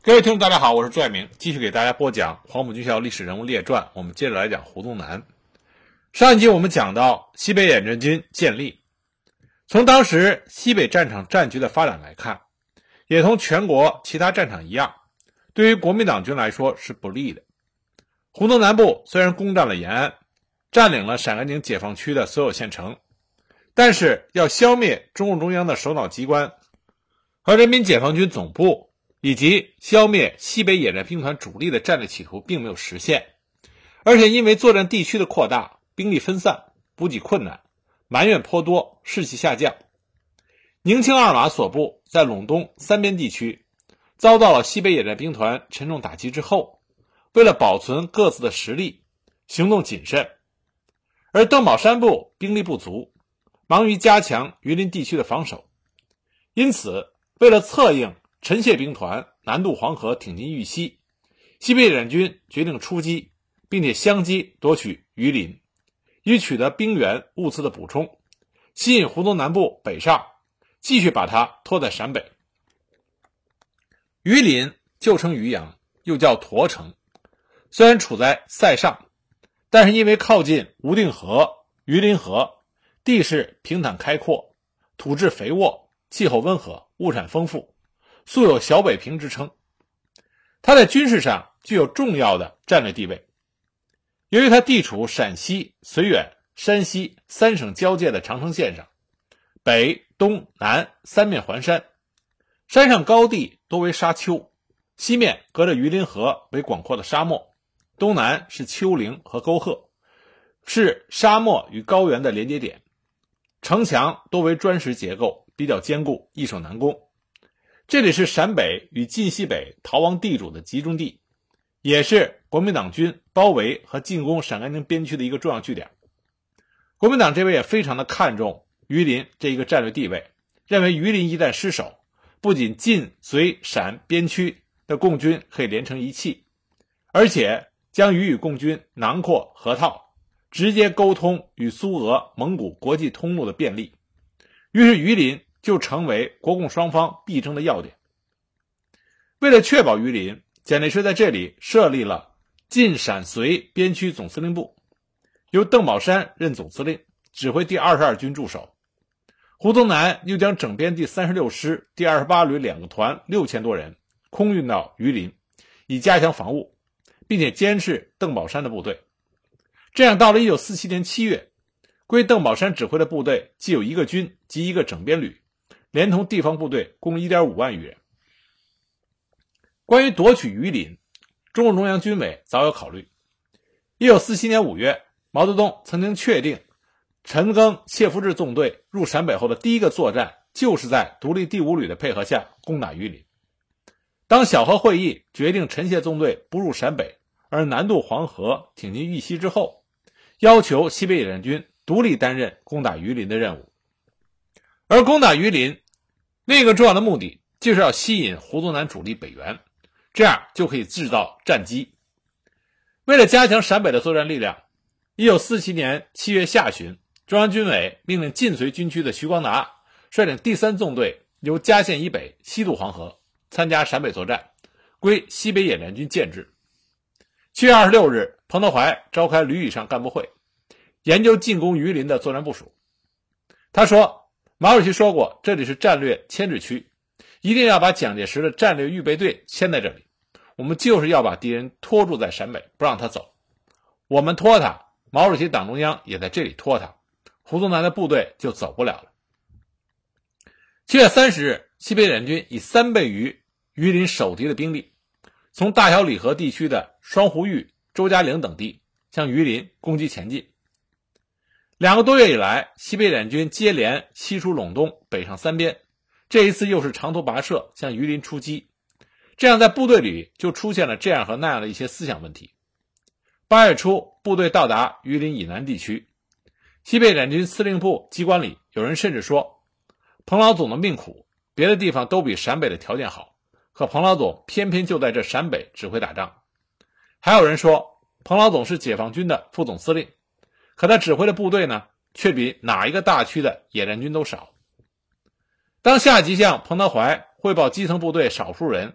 各位听众大家好，我是朱爱明，继续给大家播讲黄埔军校历史人物列传。我们接着来讲胡宗南。上一集我们讲到西北野战军建立，从当时西北战场战局的发展来看，也同全国其他战场一样，对于国民党军来说是不利的。胡宗南部虽然攻占了延安，占领了陕甘宁解放区的所有县城，但是要消灭中共中央的首脑机关和人民解放军总部，以及消灭西北野战兵团主力的战略企图并没有实现，而且因为作战地区的扩大，兵力分散，补给困难，埋怨颇多，士气下降。宁青二马所部在陇东三边地区遭到了西北野战兵团沉重打击之后，为了保存各自的实力，行动谨慎。而邓宝山部兵力不足，忙于加强榆林地区的防守，因此为了策应陈谢兵团南渡黄河挺进豫西，西北野战军决定出击，并且相机夺取榆林，以取得兵源物资的补充，吸引胡宗南部北上，继续把它拖在陕北。榆林旧称渔阳，又叫驼城，虽然处在塞上，但是因为靠近无定河、榆林河，地势平坦开阔，土质肥沃，气候温和，物产丰富，素有小北平之称。它在军事上具有重要的战略地位。由于它地处陕西、绥远、山西三省交界的长城线上，北、东、南三面环山，山上高地多为沙丘，西面隔着榆林河为广阔的沙漠，东南是丘陵和沟壑，是沙漠与高原的连接点。城墙多为砖石结构，比较坚固，易守难攻。这里是陕北与晋西北逃亡地主的集中地，也是国民党军包围和进攻陕甘宁边区的一个重要据点。国民党这边也非常的看重榆林这一个战略地位，认为榆林一旦失守，不仅晋绥陕边区的共军可以连成一气，而且将予以共军囊括河套，直接沟通与苏俄、蒙古国际通路的便利。于是榆林就成为国共双方必争的要点。为了确保榆林，蒋介石在这里设立了晋陕绥边区总司令部，由邓宝山任总司令，指挥第22军驻守。胡宗南又将整编第36师、第28旅两个团6000多人空运到榆林，以加强防务，并且监视邓宝山的部队。这样到了1947年7月，归邓宝山指挥的部队既有一个军及一个整编旅，连同地方部队共 1.5 万余人。关于夺取榆林，中共中央军委早有考虑。1947年5月，毛泽东曾经确定陈赓、谢福治纵队入陕北后的第一个作战就是在独立第5旅的配合下攻打榆林。当小河会议决定陈谢纵队不入陕北，而南渡黄河挺进豫西之后，要求西北野战军独立担任攻打榆林的任务。而攻打榆林另一个重要的目的就是要吸引胡宗南主力北援，这样就可以制造战机。为了加强陕北的作战力量，1947年7月下旬，中央军委命令晋绥军区的徐光达率领第3纵队由嘉县以北西渡黄河，参加陕北作战，归西北野战军建制。7月26日，彭德怀召开旅以上干部会，研究进攻榆林的作战部署。他说，毛主席说过，这里是战略牵制区，一定要把蒋介石的战略预备队牵在这里，我们就是要把敌人拖住在陕北，不让他走。我们拖他，毛主席党中央也在这里拖他，胡宗南的部队就走不了了。7月30日，西北野战军以3倍于榆林守敌的兵力，从大小李河地区的双湖峪、周家岭等地向榆林攻击前进。2个多月以来，西北野战军接连西出陇东，北上3边，这一次又是长途跋涉向榆林出击，这样在部队里就出现了这样和那样的一些思想问题。8月初，部队到达榆林以南地区，西北野战军司令部机关里有人甚至说，彭老总的命苦，别的地方都比陕北的条件好，可彭老总偏偏就在这陕北指挥打仗。还有人说，彭老总是解放军的副总司令，可他指挥的部队呢，却比哪一个大区的野战军都少。当下级向彭德怀汇报基层部队少数人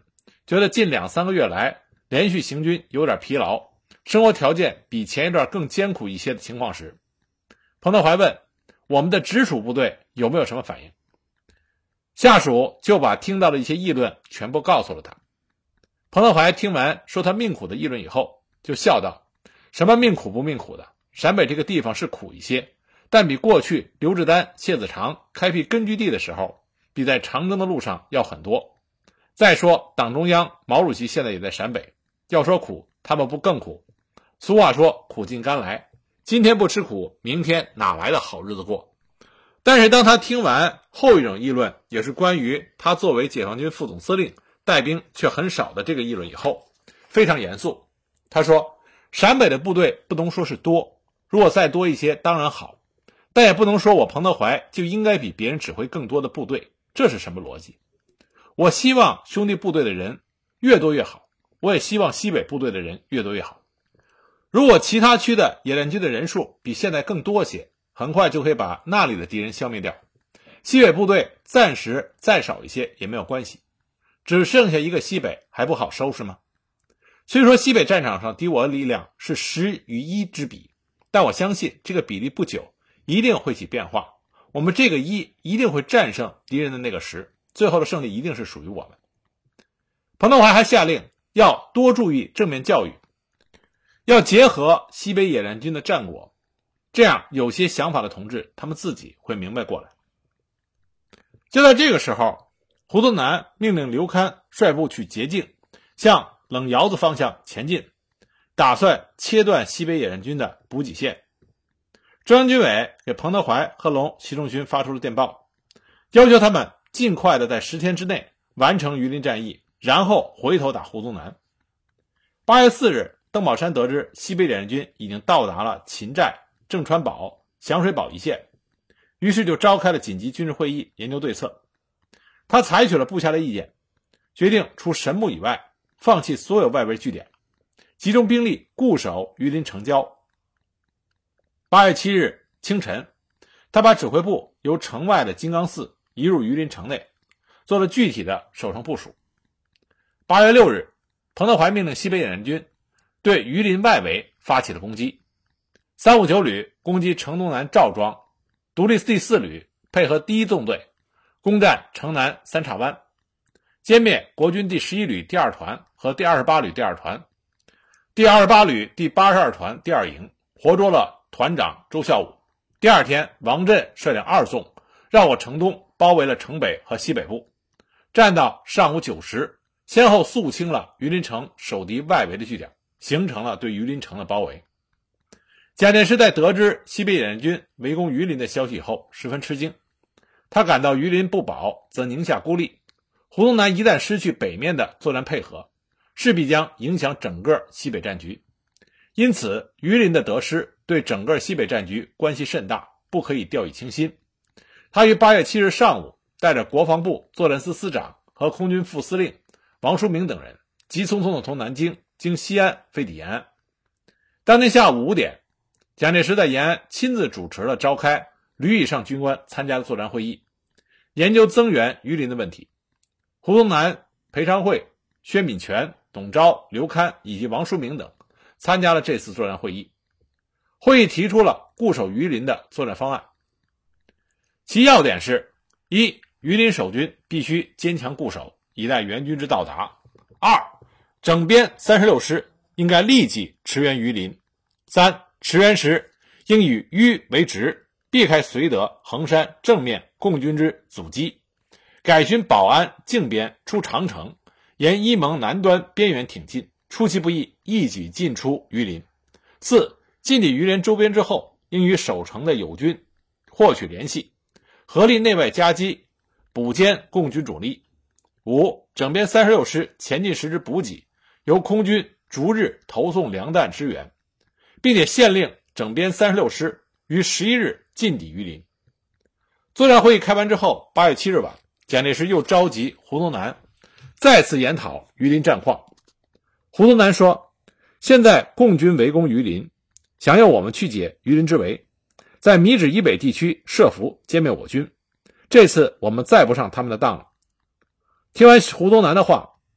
觉得近2-3个月来连续行军有点疲劳，生活条件比前一段更艰苦一些的情况时，彭德怀问我们的直属部队有没有什么反应。下属就把听到的一些议论全部告诉了他。彭德怀听完说他命苦的议论以后，就笑道：什么命苦不命苦的，陕北这个地方是苦一些，但比过去刘志丹、谢子长开辟根据地的时候，比在长征的路上要很多。再说党中央毛主席现在也在陕北，要说苦，他们不更苦。俗话说苦尽甘来，今天不吃苦，明天哪来的好日子过。但是当他听完后一种议论，也是关于他作为解放军副总司令带兵却很少的这个议论以后，非常严肃。他说陕北的部队不能说是多，如果再多一些当然好，但也不能说我彭德怀就应该比别人指挥更多的部队，这是什么逻辑？我希望兄弟部队的人越多越好，我也希望西北部队的人越多越好。如果其他区的野战军的人数比现在更多些，很快就可以把那里的敌人消灭掉。西北部队暂时再少一些也没有关系，只剩下一个西北还不好收拾吗？虽说西北战场上敌我的力量是10与1之比，但我相信这个比例不久一定会起变化，我们这个1一定会战胜敌人的那个10，最后的胜利一定是属于我们。彭德怀还下令要多注意正面教育，要结合西北野战军的战果，这样有些想法的同志他们自己会明白过来。就在这个时候，胡宗南命令刘戡率部去捷径，向冷窑子方向前进，打算切断西北野战军的补给线。中央军委给彭德怀、贺龙、习仲勋发出了电报，要求他们尽快的在10天之内完成榆林战役，然后回头打胡宗南。8月4日，邓宝山得知西北野战军已经到达了秦寨、郑川堡、响水堡一线，于是就召开了紧急军事会议研究对策。他采取了部下的意见，决定除神木以外放弃所有外围据点，集中兵力固守榆林城郊。8月7日清晨，他把指挥部由城外的金刚寺移入榆林城内，做了具体的守城部署。8月6日，彭德怀命令西北野战军对榆林外围发起了攻击。359旅攻击城东南赵庄，独立第4旅配合第1纵队攻占城南三岔湾，歼灭国军第11旅第2团和第28旅第2团，第28旅第82团第2营，活捉了团长周孝武。第二天，王震率领2纵绕过城东，包围了城北和西北部，战到上午9时，先后肃清了榆林城守敌外围的据点，形成了对榆林城的包围。蒋介石在得知西北野战军围攻榆林的消息以后十分吃惊，他感到榆林不保则宁夏孤立，胡宗南一旦失去北面的作战配合，势必将影响整个西北战局，因此榆林的得失对整个西北战局关系甚大，不可以掉以轻心。他于8月7日上午带着国防部作战司司长和空军副司令王书明等人急匆匆地从南京经西安飞抵延安。当天下午5点，蒋介石在延安亲自主持了召开旅以上军官参加的作战会议，研究增援榆林的问题。胡宗南、裴昌会、薛敏全、董钊、刘戡以及王书明等参加了这次作战会议。会议提出了固守榆林的作战方案，其要点是：一、榆林守军必须坚强固守，以待援军之到达；二、整编36师应该立即驰援榆林；三、驰援时应以榆为直，避开绥德、衡山正面共军之阻击，改循保安、靖边出长城，沿伊蒙南端边缘挺进，出其不意，一举进出榆林。四、进抵榆林周边之后，应与守城的友军获取联系，合力内外夹击，补歼共军主力。五、整编36师前进时之补给，由空军逐日投送粮弹支援，并且限令整编36师于11日进抵榆林。作战会议开完之后，8月7日晚，蒋介石又召集胡宗南再次研讨榆林战况。胡宗南说，现在共军围攻榆林，想要我们去解榆林之围，在米脂以北地区设伏歼灭我军，这次我们再不上他们的当了。听完胡宗南的话，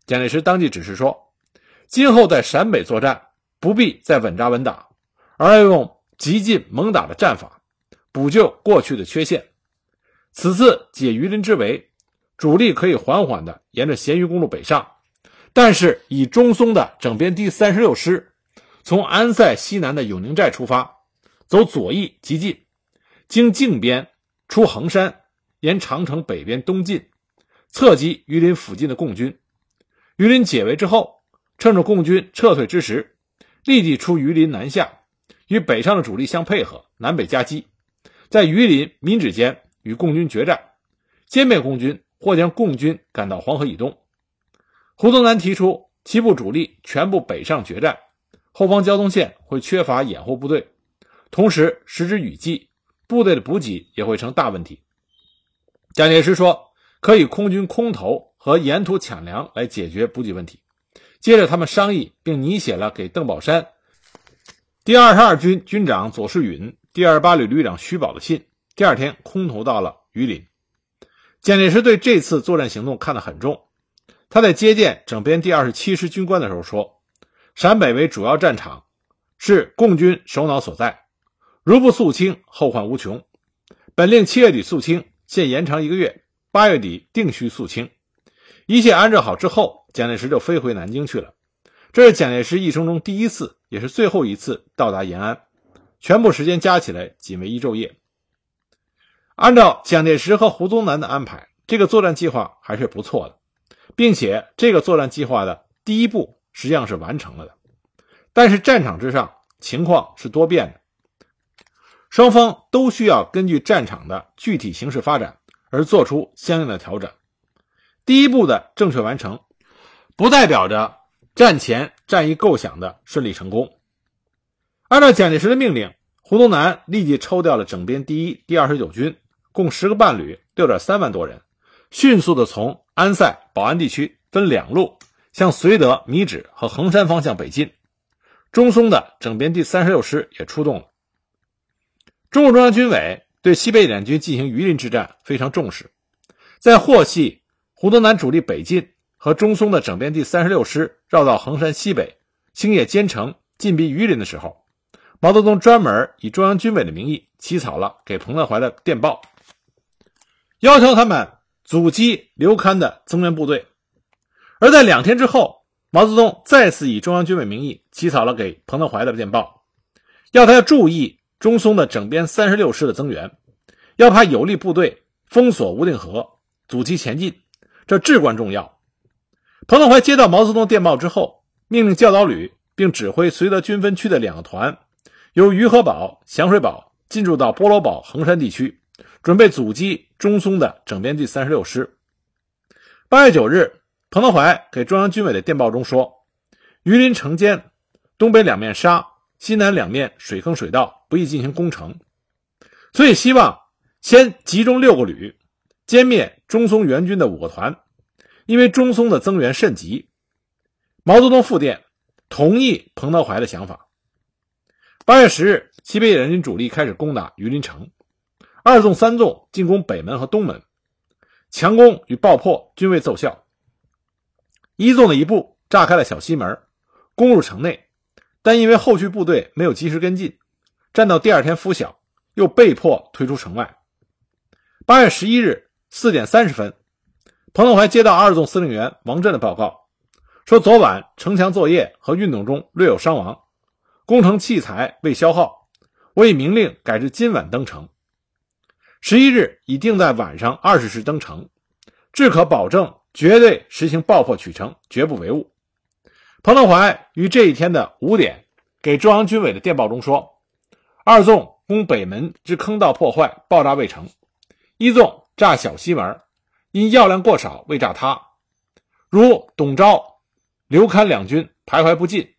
蒋介石当即指示说，今后在陕北作战不必再稳扎稳打，而要用急进猛打的战法补救过去的缺陷。此次解榆林之围，主力可以缓缓地沿着咸鱼公路北上，但是以中松的整编第36师从安塞西南的永宁寨出发，走左翼急进，经靖边出衡山，沿长城北边东进，侧击榆林附近的共军。榆林解围之后，趁着共军撤退之时，立即出榆林南下，与北上的主力相配合，南北夹击，在榆林、民治间与共军决战，歼灭共军或将共军赶到黄河以东。胡宗南提出其部主力全部北上决战，后方交通线会缺乏掩护部队，同时时值雨季，部队的补给也会成大问题。蒋介石说可以空军空投和沿途抢粮来解决补给问题。接着他们商议并拟写了给邓宝山、第22军军长左世允、第28旅旅长徐宝的信，第二天空投到了榆林。蒋介石对这次作战行动看得很重，他在接见整编第27师军官的时候说，陕北为主要战场，是共军首脑所在，如不肃清，后患无穷。本令7月底肃清，现延长1个月，8月底定须肃清。一切安置好之后，蒋介石就飞回南京去了。这是蒋介石一生中第一次，也是最后一次到达延安，全部时间加起来仅为1昼夜。按照蒋介石和胡宗南的安排，这个作战计划还是不错的，并且这个作战计划的第一步实际上是完成了的。但是战场之上情况是多变的，双方都需要根据战场的具体形势发展而做出相应的调整。第一步的正确完成，不代表着战前战役构想的顺利成功。按照蒋介石的命令，胡宗南立即抽调了整编第1、第29军，共10个半旅， 6.3万多人，迅速地从安塞、保安地区分2路向绥德、米脂和衡山方向北进。中松的整编第36师也出动了。中共中央军委对西北联军进行榆林之战非常重视，在获悉胡宗南主力北进和中松的整编第36师绕到衡山西北，星野兼程进逼榆林的时候，毛泽东专门以中央军委的名义起草了给彭德怀的电报，要求他们阻击刘戡的增援部队。而在2天之后，毛泽东再次以中央军委名义起草了给彭德怀的电报，要他要注意中松的整编36师的增援，要派有力部队封锁无定河，阻击前进，这至关重要。彭德怀接到毛泽东电报之后，命令教导旅并指挥绥德军分区的2个团，由于河堡、响水堡进驻到波罗堡、衡山地区，准备阻击中松的整编第36师。8月9日，彭德怀给中央军委的电报中说，榆林城坚，东北2面沙，西南2面水坑水道，不易进行攻城，所以希望先集中6个旅歼灭中松援军的5个团，因为中松的增援甚急。毛泽东复电同意彭德怀的想法。8月10日，西北野战军主力开始攻打榆林城，2纵3纵进攻北门和东门，强攻与爆破均未奏效。1纵的一部炸开了小西门，攻入城内，但因为后续部队没有及时跟进，战到第2天拂晓，又被迫退出城外。8月11日4点30分，彭德怀接到2纵司令员王震的报告，说昨晚城墙作业和运动中略有伤亡，工程器材未消耗，我已明令改至今晚登城。11日已定在晚上20时登城，至可保证绝对实行爆破取城，绝不为误。彭德怀于这一天的5点给中央军委的电报中说，2纵攻北门之坑道破坏，爆炸未成，1纵炸小西门，因药量过少未炸塌，如董钊、刘戡2军徘徊不进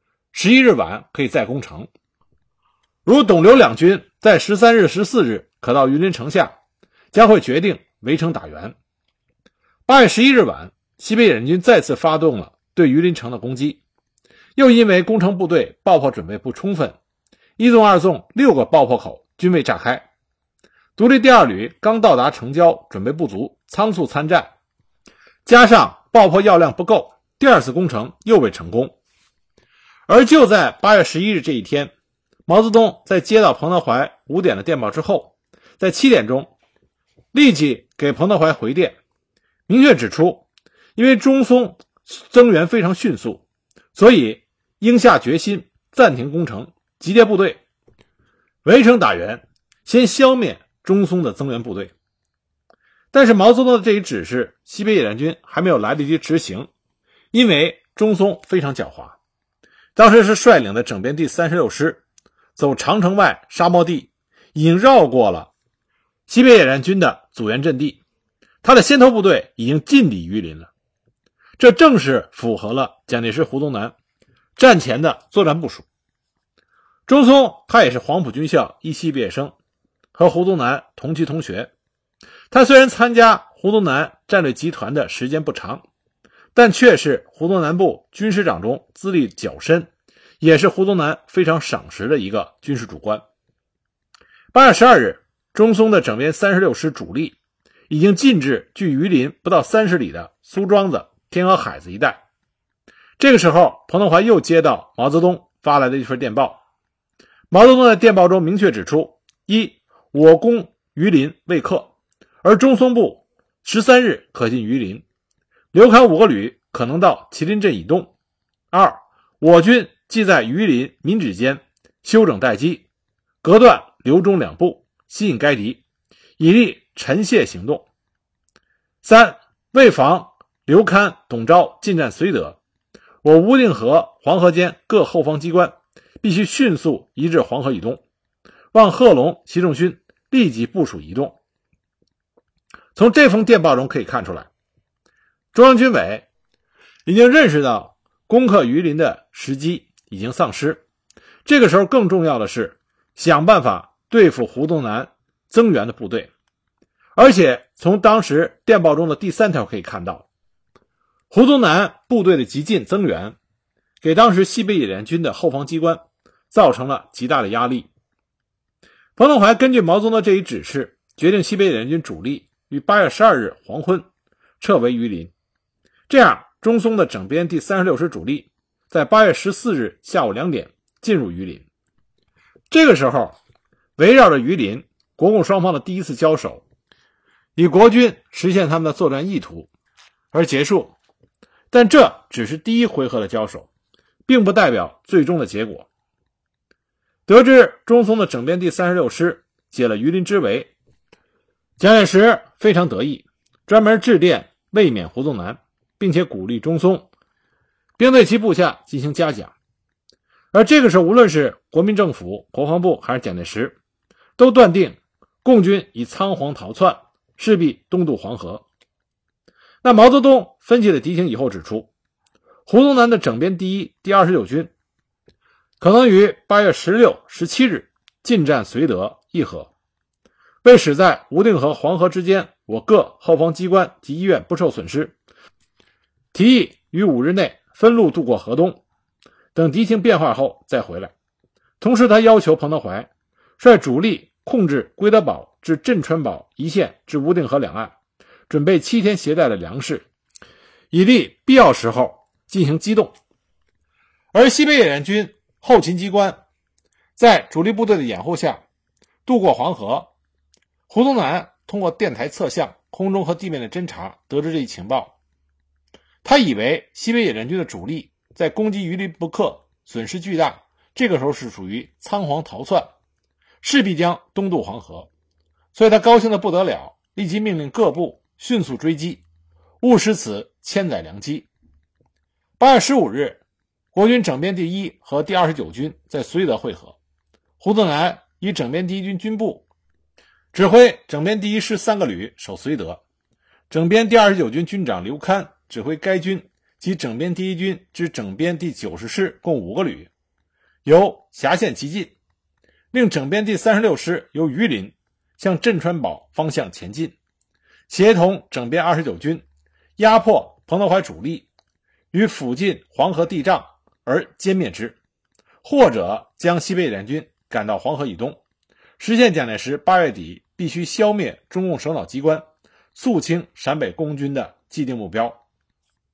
，11日晚可以再攻城，如董刘2军在13日、14日可到榆林城下，将会决定围城打援。8月11日晚，西北野战军再次发动了对榆林城的攻击，又因为攻城部队爆破准备不充分，1纵2纵6个爆破口均未炸开，独立第2旅刚到达城郊，准备不足，仓促参战，加上爆破药量不够，第二次攻城又未成功。而就在8月11日这一天，毛泽东在接到彭德怀5点的电报之后，在7点钟立即给彭德怀回电，明确指出，因为中松增援非常迅速，所以应下决心暂停攻城，集结部队，围城打援，先消灭中松的增援部队。但是毛泽东的这一指示，西北野战军还没有来得及执行，因为中松非常狡猾，当时是率领的整编第36师走长城外沙漠地，已经绕过了西北野战军的阻援阵地，他的先头部队已经进抵榆林了。这正是符合了蒋介石胡宗南战前的作战部署。中松他也是黄埔军校一期毕业生，和胡宗南同期同学。他虽然参加胡宗南战略集团的时间不长，但却是胡宗南部军师长中资历较深，也是胡宗南非常赏识的一个军事主官。8月12日，中松的整编36师主力已经进至距榆林不到30里的苏庄子、天鹅海子一带。这个时候，彭德怀又接到毛泽东发来的一份电报。毛泽东在电报中明确指出：一，我攻榆林未克，而中松部13日可进榆林，刘戡5个旅可能到麒麟镇以东。二，我军即在榆林民止间休整待机，隔断刘中两部，吸引该敌，以利陈谢行动。三，为防刘戡、董钊进占绥德，我吴定河、黄河间各后方机关必须迅速移至黄河以东，望贺龙、习仲勋立即部署移动。从这封电报中可以看出来，中央军委已经认识到攻克榆林的时机已经丧失，这个时候更重要的是想办法对付胡宗南增援的部队。而且从当时电报中的第3条可以看到，胡宗南部队的急进增援给当时西北野战军的后方机关造成了极大的压力。彭德怀根据毛泽东的这一指示，决定西北野战军主力于8月12日黄昏撤围榆林。这样，中松的整编第36师主力在8月14日下午2点进入榆林。这个时候，围绕着榆林，国共双方的第一次交手以国军实现他们的作战意图而结束，但这只是第一回合的交手，并不代表最终的结果。得知中松的整编第36师解了榆林之围，蒋介石非常得意，专门致电慰勉胡宗南，并且鼓励中松并对其部下进行嘉奖。而这个时候，无论是国民政府、国防部还是蒋介石，都断定共军已仓皇逃窜，势必东渡黄河。那毛泽东分析了敌情以后指出，胡宗南的整编第一、第29军可能于8月16、17日进占绥德、义和，为使在吴定河、黄河之间我各后方机关及医院不受损失，提议于5日内分路渡过河东，等敌情变化后再回来。同时他要求彭德怀率主力控制归德堡至镇川堡一线至吴定河两岸，准备7天携带的粮食，以利必要时候进行机动。而西北野战军后勤机关在主力部队的掩护下渡过黄河。胡宗南通过电台测向、空中和地面的侦察得知这一情报，他以为西北野战军的主力在攻击榆林不克，损失巨大，这个时候是属于仓皇逃窜，势必将东渡黄河，所以他高兴得不得了，立即命令各部迅速追击，勿失此千载良机。8月15日，国军整编第一和第29军在绥德会合，胡宗南以整编第一军军部指挥整编第一师3个旅守绥德，整编第29军军长刘戡指挥该军及整编第一军之整编第90师共5个旅，由峡县急进，令整编第36师由榆林向镇川堡方向前进，协同整编29军压迫彭德怀主力于附近黄河地障而歼灭之，或者将西北野战军赶到黄河以东，实现蒋介石8月底必须消灭中共首脑机关，肃清陕北共军的既定目标。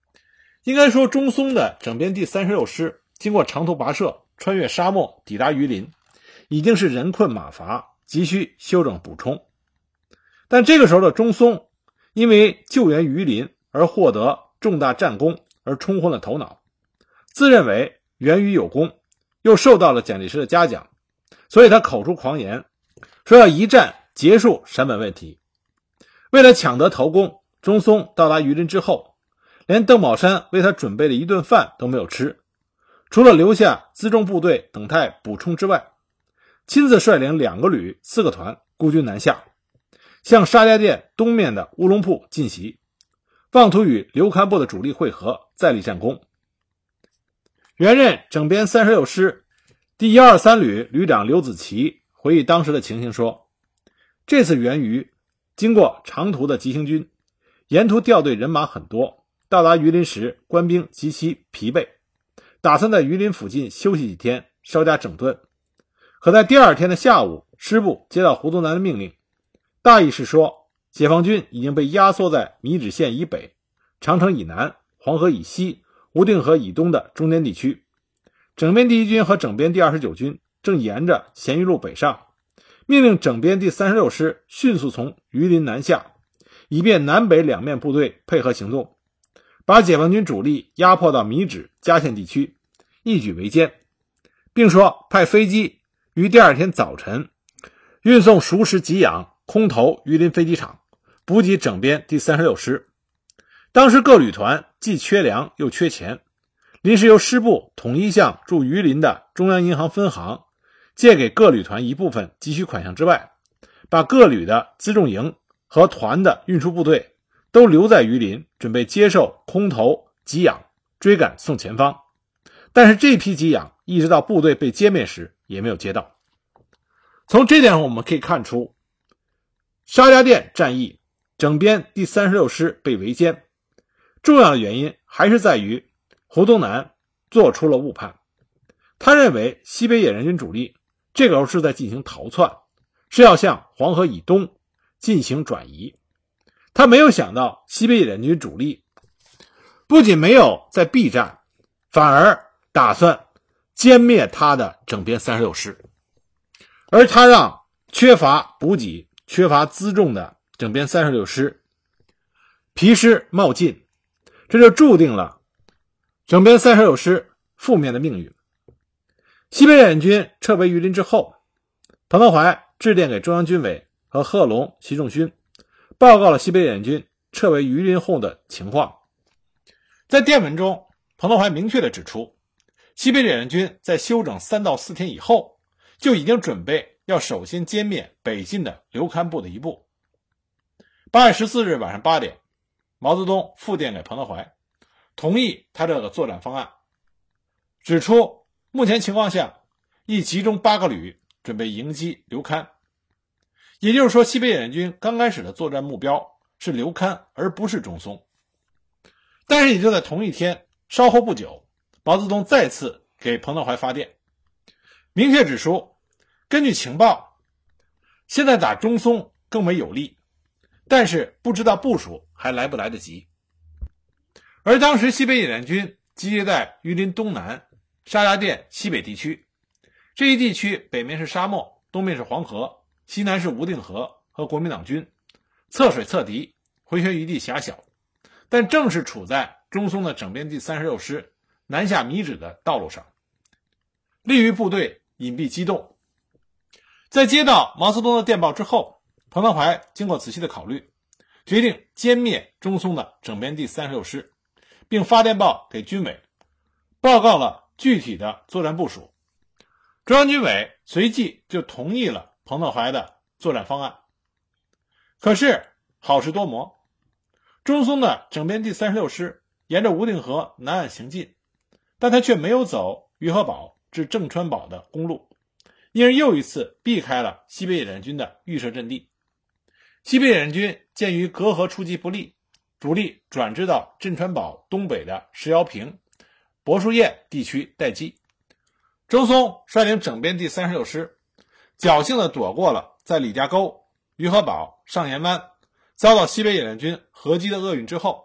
应该说中松的整编第36师经过长途跋涉，穿越沙漠抵达榆林，已经是人困马乏，急需休整补充。但这个时候的中松因为救援榆林而获得重大战功而冲昏了头脑，自认为援榆有功，又受到了蒋介石的嘉奖，所以他口出狂言，说要一战结束陕本问题。为了抢得头功，中松到达榆林之后，连邓宝山为他准备的一顿饭都没有吃，除了留下辎重部队等待补充之外，亲自率领2个旅4个团孤军南下，向沙家店东面的乌龙铺进袭，妄图与刘堪部的主力会合，再立战功。原任整编36师第123旅旅长刘子奇回忆当时的情形说，这次援榆经过长途的急行军，沿途调队人马很多，到达榆林时官兵极其疲惫，打算在榆林附近休息几天，稍加整顿。可在第2天的下午，师部接到胡宗南的命令，大意是说解放军已经被压缩在米脂县以北、长城以南、黄河以西、无定河以东的中间地区，整编第1军和整编第29军正沿着咸鱼路北上，命令整编第36师迅速从榆林南下，以便南北2面部队配合行动，把解放军主力压迫到米脂嘉县地区，一举围歼，并说派飞机于第2天早晨运送熟食给养，空投榆林飞机场，补给整编第36师。当时各旅团既缺粮又缺钱，临时由师部统一向驻榆林的中央银行分行借给各旅团一部分急需款项之外，把各旅的辎重营和团的运输部队都留在榆林，准备接受空投给养，追赶送前方。但是这批给养一直到部队被歼灭时也没有接到。从这点上我们可以看出，沙家店战役整编第36师被围歼，重要的原因还是在于胡宗南做出了误判。他认为西北野战军主力这个时候是在进行逃窜，是要向黄河以东进行转移。他没有想到西北野战军主力不仅没有在避战，反而打算歼灭他的整编36师，而他让缺乏补给、缺乏辎重的整编36师疲师冒进，这就注定了整编36师负面的命运。西北野战军撤回榆林之后，彭德怀致电给中央军委和贺龙、习仲勋，报告了西北野战军撤回榆林后的情况。在电文中，彭德怀明确地指出，西北野战军在休整3到4天以后，就已经准备要首先歼灭北进的刘堪部的一部。8月14日晚上8点，毛泽东复电给彭德怀，同意他这个作战方案，指出目前情况下已集中8个旅准备迎击刘堪。也就是说，西北野战军刚开始的作战目标是刘堪，而不是中松。但是也就在同一天，稍后不久，毛泽东再次给彭德怀发电，明确指出，根据情报，现在打中松更为有利，但是不知道部署还来不来得及。而当时西北野战军集结在榆林东南、沙家店西北地区，这一地区北面是沙漠，东面是黄河，西南是无定河和国民党军，侧水侧敌，回旋余地狭小，但正是处在中松的整编第36师南下米脂的道路上，利于部队隐蔽机动。在接到毛泽东的电报之后，彭德怀经过仔细的考虑，决定歼灭中松的整编第36师，并发电报给军委，报告了具体的作战部署。中央军委随即就同意了彭德怀的作战方案。可是好事多磨，中松的整编第36师沿着无定河南岸行进，但他却没有走于河堡至正川堡的公路，因而又一次避开了西北野战军的预设阵地。西北野战军鉴于隔河出击不利，主力转至到镇川堡东北的石窑坪、柏树堰地区待机。中松率领整编第36师侥幸地躲过了在李家沟、于河堡、上岩湾遭到西北野战军合击的厄运之后，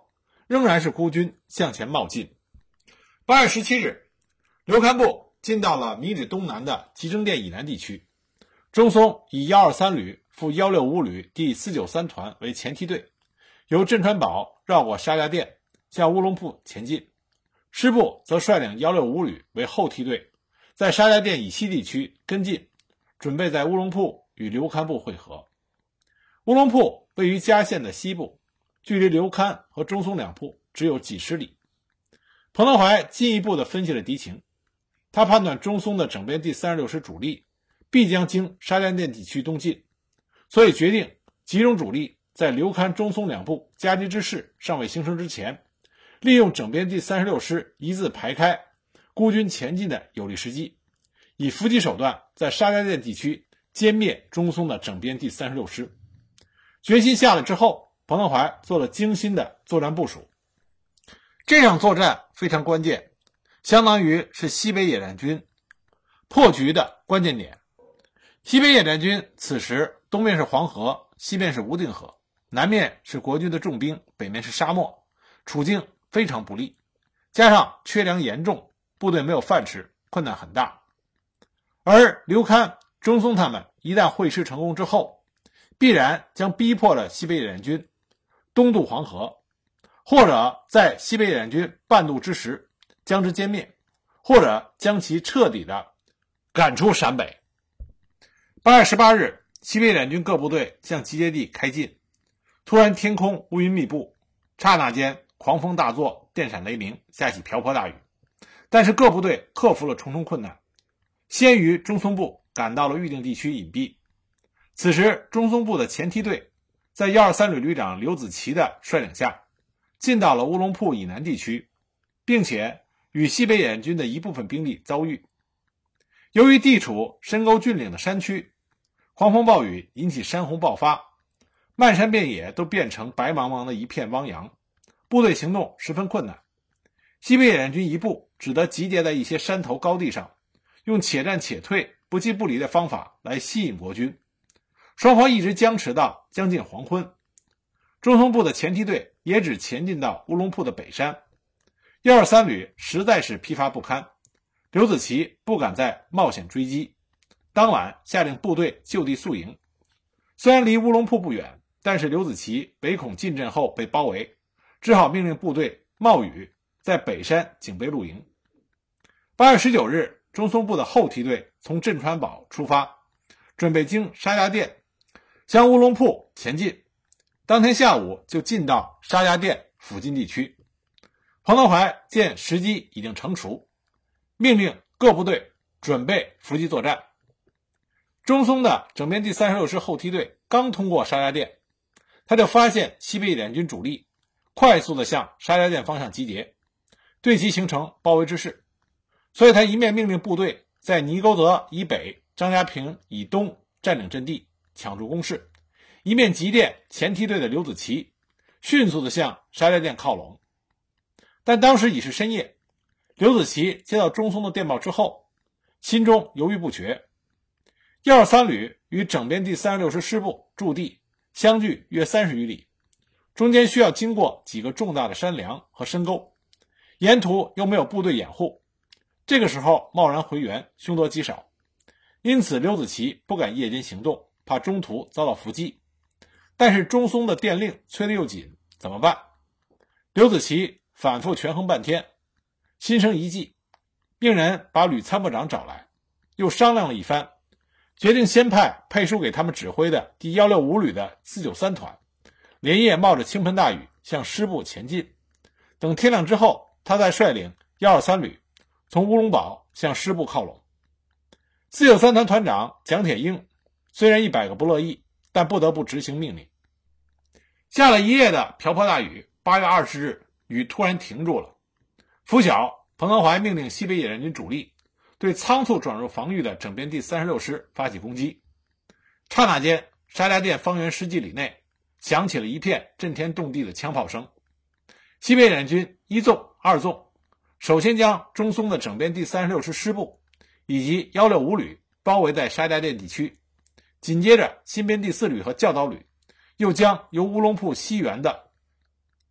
仍然是孤军向前冒进。8月17日，刘堪部进到了米脂东南的集成店以南地区，中松以123旅赴165旅第493团为前梯队，由镇川堡绕过沙家店向乌龙铺前进，师部则率领165旅为后梯队，在沙家店以西地区跟进，准备在乌龙铺与刘堪部会合。乌龙铺位于嘉县的西部，距离刘堪和中松两铺只有几十里。彭德怀进一步地分析了敌情，他判断中松的整编第36师主力必将经沙家店地区东进，所以决定集中主力在刘堪、中松两部夹击之势尚未形成之前，利用整编第36师一字排开孤军前进的有利时机，以伏击手段在沙家店地区歼灭中松的整编第36师。决心下来之后，彭德怀做了精心的作战部署。这场作战非常关键，相当于是西北野战军破局的关键点。西北野战军此时东面是黄河，西面是无定河，南面是国军的重兵，北面是沙漠，处境非常不利，加上缺粮严重，部队没有饭吃，困难很大。而刘堪、中松他们一旦会师成功之后，必然将逼迫了西北野战军东渡黄河，或者在西北野战军半渡之时将之歼灭，或者将其彻底的赶出陕北。8月18日，西北野战军各部队向集结地开进，突然天空乌云密布，刹那间狂风大作，电闪雷鸣，下起瓢泼大雨。但是各部队克服了重重困难，先于中松部赶到了预定地区隐蔽。此时中松部的前梯队在123旅旅长刘子奇的率领下进到了乌龙铺以南地区，并且与西北野战军的一部分兵力遭遇。由于地处深沟峻岭的山区，狂风暴雨引起山洪爆发，漫山遍野都变成白茫茫的一片汪洋，部队行动十分困难。西北野战军一部只得集结在一些山头高地上，用且战且退、不弃不离的方法来吸引国军。双方一直僵持到将近黄昏，中松部的前梯队也只前进到乌龙铺的北山。123旅实在是疲乏不堪，刘子奇不敢再冒险追击，当晚下令部队就地宿营。虽然离乌龙铺不远，但是刘子奇唯恐进阵后被包围，只好命令部队冒雨在北山警备露营。8月19日，中松部的后梯队从镇川堡出发，准备经沙家店向乌龙铺前进，当天下午就进到沙家店附近地区。彭德怀见时机已经成熟，命令各部队准备伏击作战。中松的整编第36师后梯队刚通过沙家店，他就发现西北野战军主力快速地向沙家店方向集结，对其形成包围之势，所以他一面命令部队在泥沟泽以北、张家坪以东占领阵地，抢住攻势，一面急电前梯队的刘子奇迅速地向沙家店靠拢。但当时已是深夜，刘子奇接到中松的电报之后，心中犹豫不决。123旅与整编第36师师部驻地相距约30余里，中间需要经过几个重大的山梁和深沟，沿途又没有部队掩护，这个时候贸然回援凶多吉少，因此刘子奇不敢夜间行动，怕中途遭到伏击。但是中松的电令催得又紧，怎么办？刘子奇反复权衡半天，心生一计，命人把旅参谋长找来，又商量了一番，决定先派配属给他们指挥的第165旅的493团连夜冒着倾盆大雨向师部前进，等天亮之后，他再率领123旅从乌龙堡向师部靠拢。493团团长蒋铁英虽然100个不乐意，但不得不执行命令。下了一夜的瓢泼大雨，8月20日雨突然停住了。拂晓，彭德怀命令西北野战军主力对仓促转入防御的整编第36师发起攻击。刹那间，沙家店方圆10几里内响起了一片震天动地的枪炮声。西北野战军一纵、二纵，首先将中松的整编第36师师部以及165旅包围在沙家店地区，紧接着新编第4旅和教导旅又将由乌龙铺西援的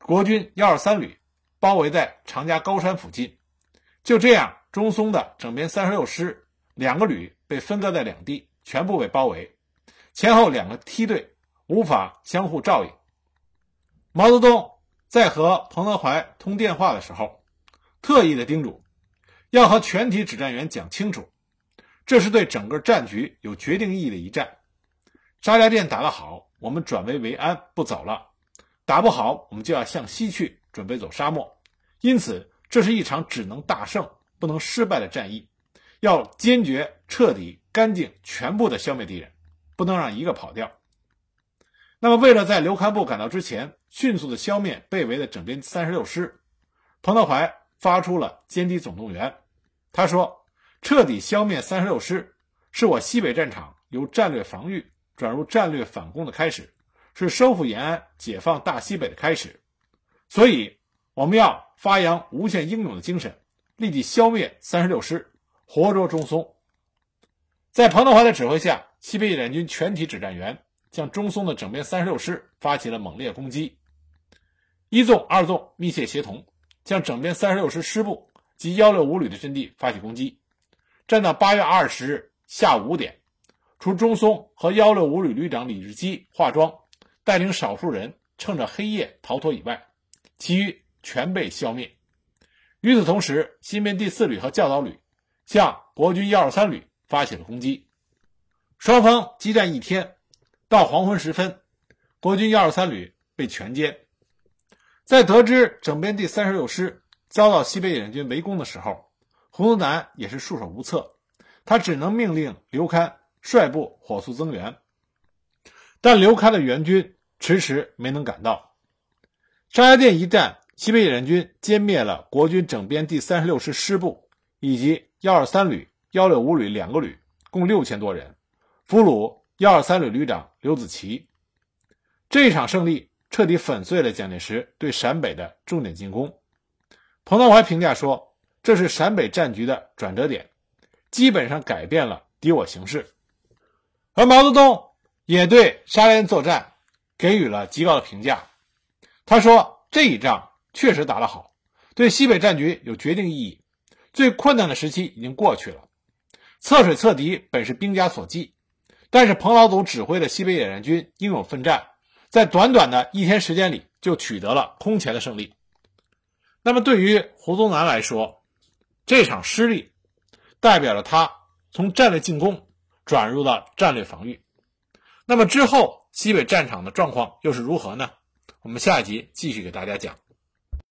国军123旅包围在长家高山附近。就这样，中松的整编36师2个旅被分割在两地，全部被包围，前后2个梯队无法相互照应。毛泽东在和彭德怀通电话的时候，特意的叮嘱要和全体指战员讲清楚，这是对整个战局有决定意义的一战。沙家店打得好，我们转为维安不走了，打不好我们就要向西去，准备走沙漠。因此这是一场只能大胜不能失败的战役，要坚决彻底干净全部的消灭敌人，不能让一个跑掉。那么为了在刘堪布赶到之前迅速的消灭被围的整编36师，彭德怀发出了歼敌总动员。他说，彻底消灭36师是我西北战场由战略防御转入战略反攻的开始，是收复延安解放大西北的开始。所以我们要发扬无限英勇的精神，立即消灭36师，活捉中松。在彭德怀的指挥下，西北野战军全体指战员向中松的整编36师发起了猛烈攻击。一纵、二纵密切协同，向整编36师师部及165旅的阵地发起攻击。战到8月20日下午5点，除中松和165旅旅长李日基化妆带领少数人趁着黑夜逃脱以外，其余全被消灭。与此同时，新编第4旅和教导旅向国军123旅发起了攻击。双方激战一天，到黄昏时分，国军123旅被全歼。在得知整编第36师遭到西北野战军围攻的时候，胡宗南也是束手无策，他只能命令刘戡率部火速增援。但刘戡的援军迟迟没能赶到。沙家店一战，西北野战军歼灭了国军整编第36师师部以及123旅、165旅2个旅，共6000多人，俘虏123旅旅长刘子奇。这一场胜利彻底粉碎了蒋介石对陕北的重点进攻。彭德怀评价说，这是陕北战局的转折点，基本上改变了敌我形势。而毛泽东也对沙家店作战给予了极高的评价。他说，这一仗确实打得好，对西北战局有决定意义，最困难的时期已经过去了。侧水侧敌本是兵家所忌，但是彭老总指挥的西北野战军英勇奋战，在短短的1天时间里就取得了空前的胜利。那么对于胡宗南来说，这场失利代表了他从战略进攻转入到战略防御。那么之后西北战场的状况又是如何呢？我们下一集继续给大家讲。